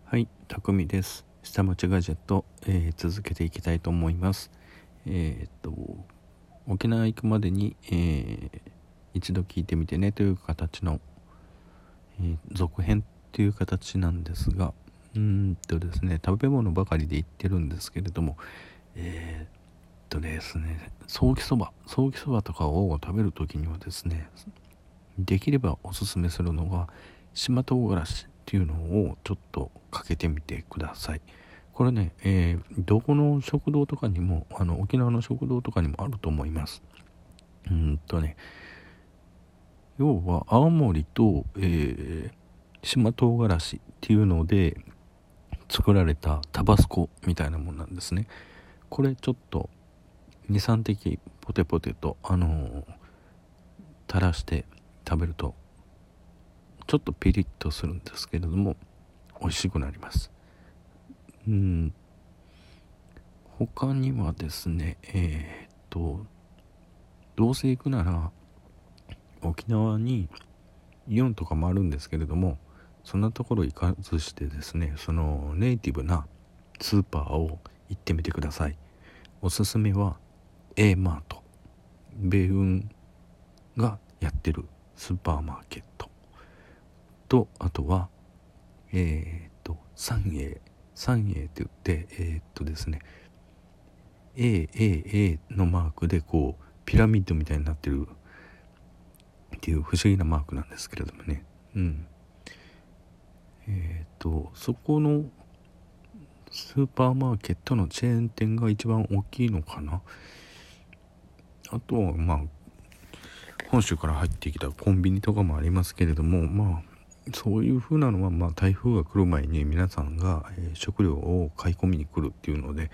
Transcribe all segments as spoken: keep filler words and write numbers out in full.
はい、たくみです。下町ガジェット、えー続けていきたいと思います。えーっと沖縄行くまでに、えー一度聞いてみてねという形の、えー続編という形なんですが、うーんとですね食べ物ばかりで言ってるんですけれども、えーっとですねソーキそばソーキそばとかを食べるときにはですね、できればおすすめするのが島唐辛子っていうのをちょっとかけてみてください。これね、えーどこの食堂とかにも、あの沖縄の食堂とかにもあると思います。うーんとね要は青森と、えー島唐辛子っていうので作られたタバスコみたいなもんなんですね。これちょっとにさんてきポテポテとあのー垂らして食べるとちょっとピリッとするんですけれども美味しくなります。うん他にはですねえー、っとどうせ行くなら沖縄にイオンとかもあるんですけれども、そんなところ行かずしてですね、そのネイティブなスーパーを行ってみてください。おすすめは A マート、米軍がやってるスーパーマーケットと、あとはえー、っと三栄三栄って言ってえー、っとですね エーエーエー のマークでこうピラミッドみたいになってるっていう不思議なマークなんですけれどもね、うんえっ、とそこのスーパーマーケットのチェーン店が一番大きいのかな。あとはまあ本州から入ってきたコンビニとかもありますけれども、まあそういう風なのは、まあ台風が来る前に皆さんが、えー食料を買い込みに来るっていうので、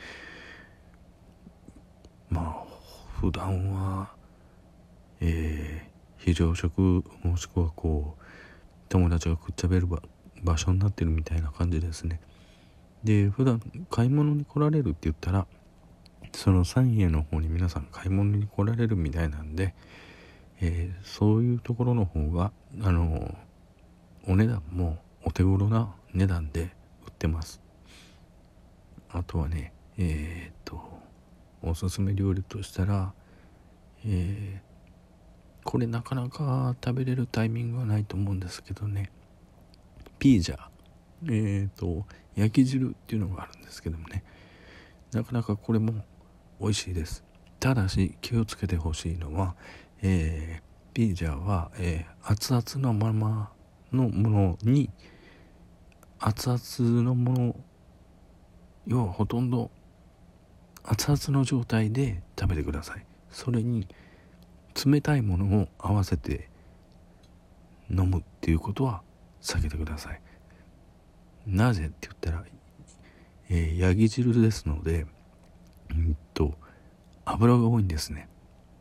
まあ普段は、えー非常食もしくはこう友達がくっちゃべる場場所になってるみたいな感じですね。で普段買い物に来られるって言ったらその三栄の方に皆さん買い物に来られるみたいなんで、えーそういうところの方があのお値段もお手頃な値段で売ってます。あとはねえー、っとおすすめ料理としたら、えーこれなかなか食べれるタイミングはないと思うんですけどね、ピージャーえー、と焼き汁っていうのがあるんですけどもね、なかなかこれも美味しいです。ただし気をつけてほしいのは、えーピージャーは、えー熱々のままのものに熱々のもの要はほとんど熱々の状態で食べてください。それに冷たいものを合わせて飲むっていうことは避けてください。なぜって言ったら、えー、ヤギ汁ですので、うんと油が多いんですね。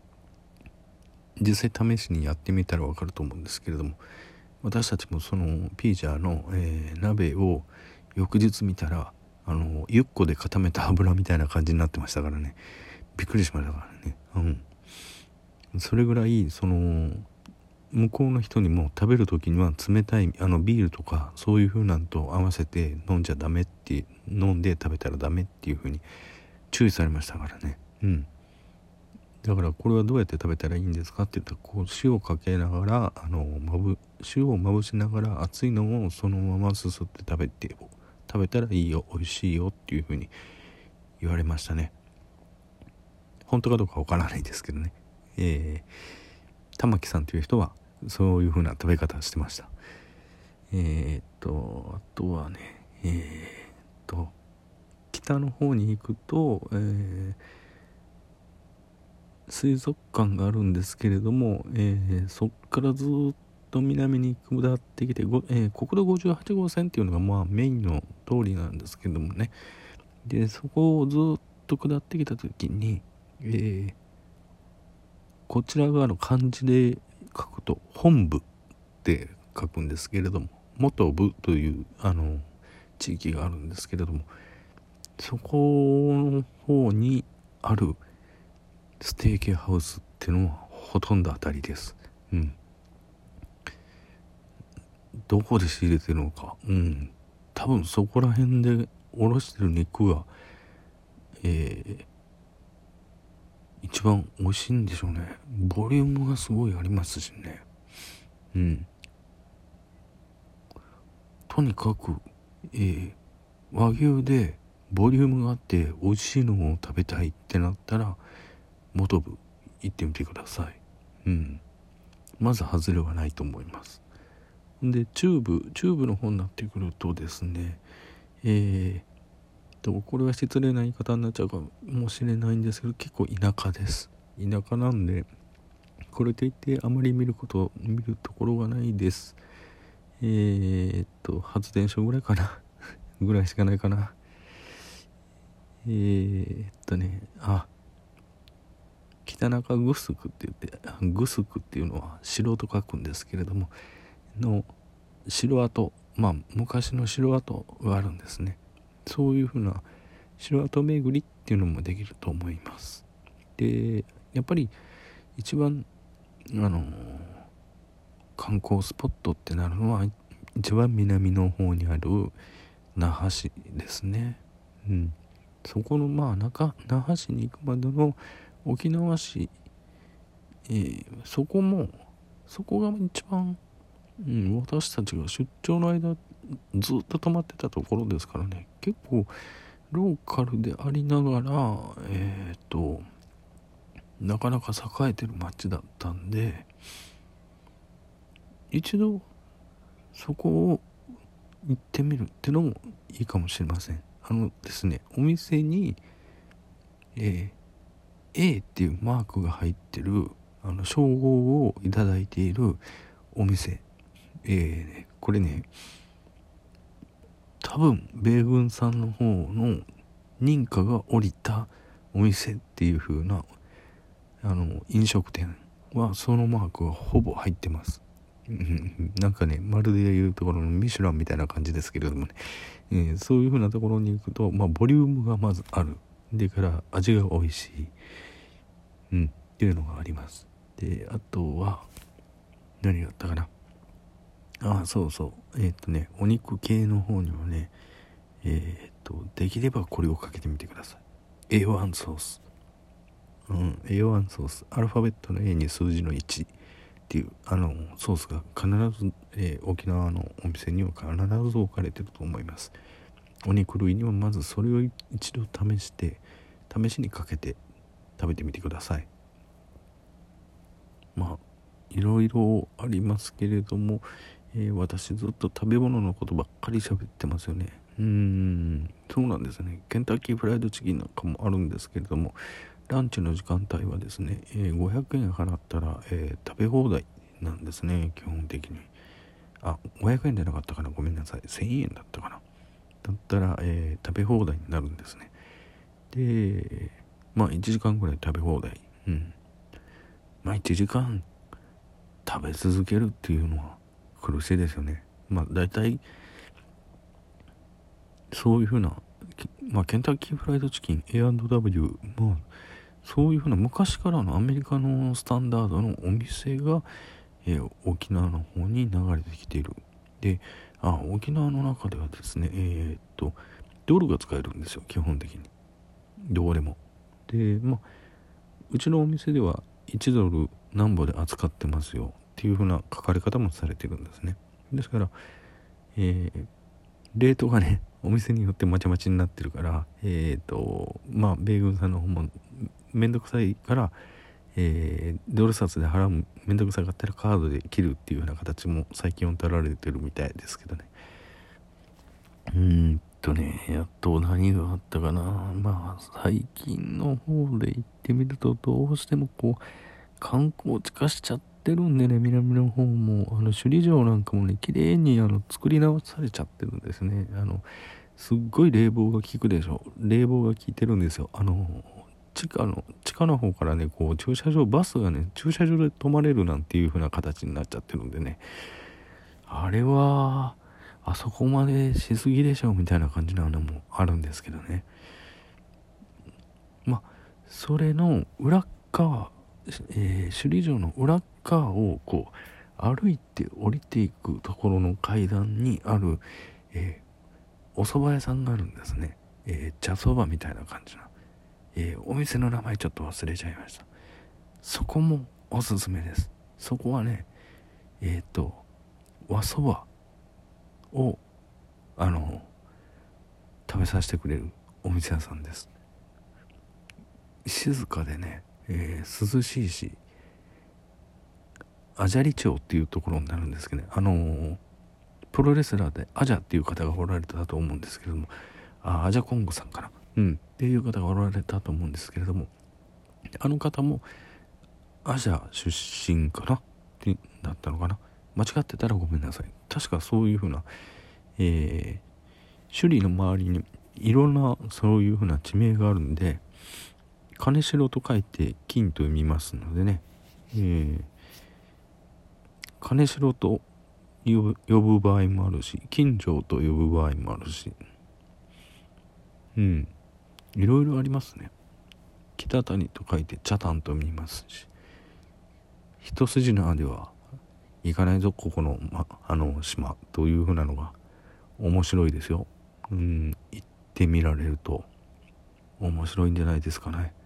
実際試しにやってみたら分かると思うんですけれども、私たちもそのピージャーの、えー鍋を翌日見たらあのゆっこで固めた油みたいな感じになってましたからね、びっくりしましたからね。うんそれぐらいその向こうの人にも食べる時には冷たいあのビールとかそういう風なんと合わせて飲んじゃダメって飲んで食べたらダメっていう風に注意されましたからね。うんだからこれはどうやって食べたらいいんですかって言ったら、こう塩をかけながらあのまぶ塩をまぶしながら熱いのをそのまますすって食べて食べたらいいよ美味しいよっていう風に言われましたね。本当かどうかわからないですけどね、えー、玉木さんという人はそういう風な食べ方してました。えー、っとあとはねえー、っと北の方に行くと、えー水族館があるんですけれども、えーそっからずっと南に下ってきて、ごえー国道ごじゅうはち号線っていうのがまあメインの通りなんですけどもね、でそこをずっと下ってきた時に、えーこちら側の漢字で書くと本部って書くんですけれども、元部というあの地域があるんですけれども、そこの方にあるステーキハウスっていうのはほとんど当たりです。うん。どこで仕入れてるのか、うん、 多分そこら辺でおろしてる肉が、えー、一番美味しいんでしょうね。ボリュームがすごいありますしね。うん。とにかく、えー、和牛でボリュームがあって美味しいのを食べたいってなったら元部行ってみてください。うん。まず外れはないと思います。でチューブチューブの方になってくるとですね、えー、とこれは失礼な言い方になっちゃうかもしれないんですけど、結構田舎です。田舎なんでこれといってあまり見ること見るところがないです。えー、っと発電所ぐらいかなぐらいしかないかな。えー、っとねあ北中城って言ってグスクっていうのは城と書くんですけれどもの城跡、まあ昔の城跡があるんですね。そういうふうな城跡巡りっていうのもできると思います。でやっぱり一番あの観光スポットってなるのは一番南の方にある那覇市ですね。うん、そこのまあ中那覇市に行くまでの沖縄市、えー、そこもそこが一番、うん、私たちが出張の間ずっと泊まってたところですからね、結構ローカルでありながらえっ、ー、となかなか栄えてる街だったんで、一度そこを行ってみるっていうのもいいかもしれません。あのですね、お店に、えー、A っていうマークが入ってるあの称号をいただいているお店、えー、これね多分米軍さんの方の認可が下りたお店っていう風なあの飲食店はそのマークがほぼ入ってます。なんかねまるでいうところのミシュランみたいな感じですけれどもね、えー、そういう風なところに行くと、まあ、ボリュームがまずあるでから味が美味しい、うん、っていうのがあります。であとは何があったかなああそうそうえっ、ー、とねお肉系の方にはねえっ、ー、とできればこれをかけてみてください。 エーワン ソース、うん、エーワン ソースアルファベットの A に数字のいちっていうあのソースが必ず、えー、沖縄のお店には必ず置かれてると思います。お肉類にはまずそれを一度試して試しにかけて食べてみてください。まあいろいろありますけれども、えー、私ずっと食べ物のことばっかり喋ってますよね。うーんそうなんですね。ケンタッキーフライドチキンなんかもあるんですけれども、ランチの時間帯はですね、えー、ごひゃくえん払ったら、えー、食べ放題なんですね。基本的にあごひゃくえんじゃなかったかな、ごめんなさい、せんえんだったかな、だったら、えー、食べ放題になるんですね。でまあいちじかんぐらい食べ放題、うんまあいちじかん食べ続けるっていうのは苦しいですよね。まあ大体そういうふうな、まあ、ケンタッキーフライドチキン エーアンドダブリュー、まあそういうふうな昔からのアメリカのスタンダードのお店が、えー、沖縄の方に流れてきている。であ沖縄の中ではですねえー、っとドルが使えるんですよ、基本的にどこでも。でまあうちのお店ではいちドル何ぼで扱ってますよっていう風な書かれ方もされてるんですね。ですから、えー、レートがねお店によってまちまちになってるからえっ、ー、とまあ米軍さんの方もめんどくさいから、えー、ドル札で払うめんどくさかったらカードで切るっていうような形も最近は取られてるみたいですけどね。うーんとねやっと何があったかな。まあ最近の方で行ってみるとどうしてもこう観光地化しちゃってるんでね、南の方もあの首里城なんかもね綺麗にあの作り直されちゃってるんですね。あのすっごい冷房が効くでしょ。冷房が効いてるんですよ。あの地下の地下の方からねこう駐車場バスがね駐車場で止まれるなんていう風な形になっちゃってるんでね、あれはあそこまでしすぎでしょみたいな感じなのもあるんですけどね。まあそれの裏側、えー、首里城の裏側をこう歩いて降りていくところの階段にある、えお蕎麦屋さんがあるんですね。えー、茶そばみたいな感じの、えー、お店の名前ちょっと忘れちゃいました。そこもおすすめです。そこはね、えっと和そばをあの食べさせてくれるお店屋さんです。静かでね、えー、涼しいし、アジャリ町っていうところになるんですけどね、あのー、プロレスラーでアジャっていう方がおられたと思うんですけれども、あアジャコングさんかな、うんっていう方がおられたと思うんですけれども、あの方もアジャ出身かなってだったのかな、間違ってたらごめんなさい。確かそういうふうな、えー、首里の周りにいろんなそういうふうな地名があるんで、金城と書いて金と読みますのでね、えー、金城と呼ぶ、呼ぶ場合もあるし、金城と呼ぶ場合もあるし、うんいろいろありますね。北谷と書いて茶谷と見ますし、一筋縄では行かないぞここの、ま、あの島というふうなのが面白いですよ。うん行ってみられると面白いんじゃないですかね。